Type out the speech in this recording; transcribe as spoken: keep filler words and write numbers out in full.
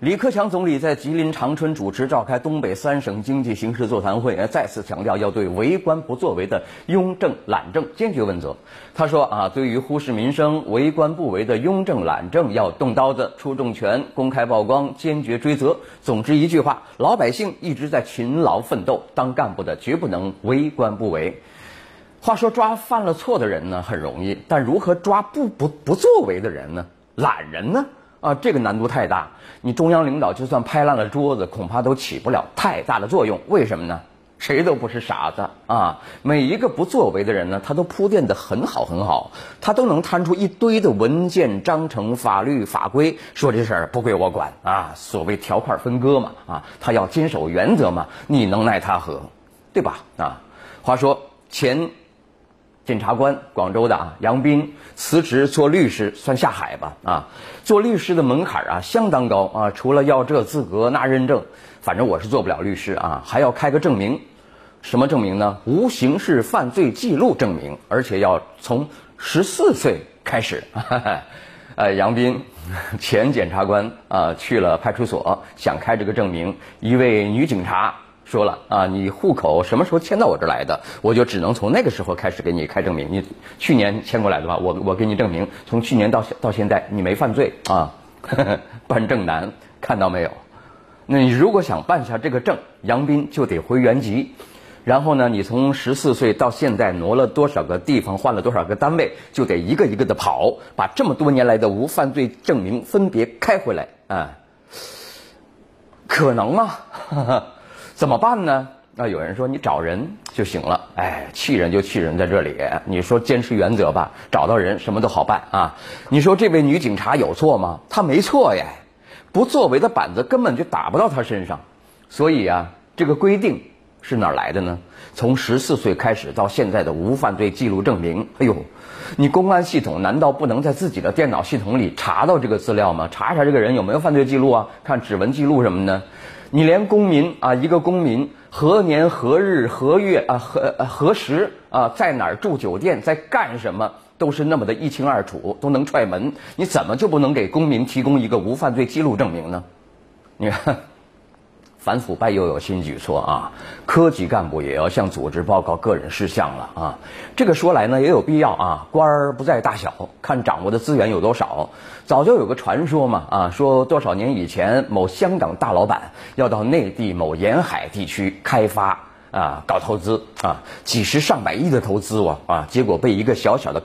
李克强总理在吉林长春主持召开东北三省经济形势座谈会，再次强调要对为官不作为的庸政懒政坚决问责。他说啊，对于忽视民生、为官不为的庸政懒政，要动刀子、出重拳、公开曝光、坚决追责。总之一句话，老百姓一直在勤劳奋斗，当干部的绝不能为官不为。话说抓犯了错的人呢很容易，但如何抓不不不作为的人呢？懒人呢？啊，这个难度太大，你中央领导就算拍烂了桌子，恐怕都起不了太大的作用。为什么呢？谁都不是傻子啊！每一个不作为的人呢，他都铺垫得很好很好，他都能摊出一堆的文件、章程、法律法规，说这事儿不归我管啊。所谓条块分割嘛，啊，他要坚守原则嘛，你能奈他何？对吧？啊，话说前检察官广州的啊杨斌辞职做律师算下海吧啊，做律师的门槛啊相当高啊，除了要这资格那认证，反正我是做不了律师啊，还要开个证明。什么证明呢？无刑事犯罪记录证明，而且要从十四岁开始。呃，杨斌前检察官啊去了派出所想开这个证明，一位女警察说了啊，你户口什么时候迁到我这儿来的，我就只能从那个时候开始给你开证明。你去年迁过来的吧，我我给你证明，从去年到到现在你没犯罪啊。办证难，看到没有？那你如果想办下这个证，杨斌就得回原籍，然后呢，你从十四岁到现在挪了多少个地方，换了多少个单位，就得一个一个的跑，把这么多年来的无犯罪证明分别开回来啊。可能吗？怎么办呢？那有人说你找人就行了，哎，气人就气人在这里。你说坚持原则吧，找到人什么都好办啊。你说这位女警察有错吗？她没错呀，不作为的板子根本就打不到她身上。所以啊，这个规定是哪儿来的呢？从十四岁开始到现在的无犯罪记录证明，哎呦，你公安系统难道不能在自己的电脑系统里查到这个资料吗？查一查这个人有没有犯罪记录啊，看指纹记录什么的。你连公民啊，一个公民何年何日何月啊何何时啊，在哪儿住酒店，在干什么，都是那么的一清二楚，都能踹门，你怎么就不能给公民提供一个无犯罪记录证明呢？你看，反腐败又有新举措啊，科级干部也要向组织报告个人事项了啊。这个说来呢也有必要啊，官儿不在大小，看掌握的资源有多少。早就有个传说嘛啊，说多少年以前某香港大老板要到内地某沿海地区开发啊，搞投资啊，几十上百亿的投资啊啊，结果被一个小小的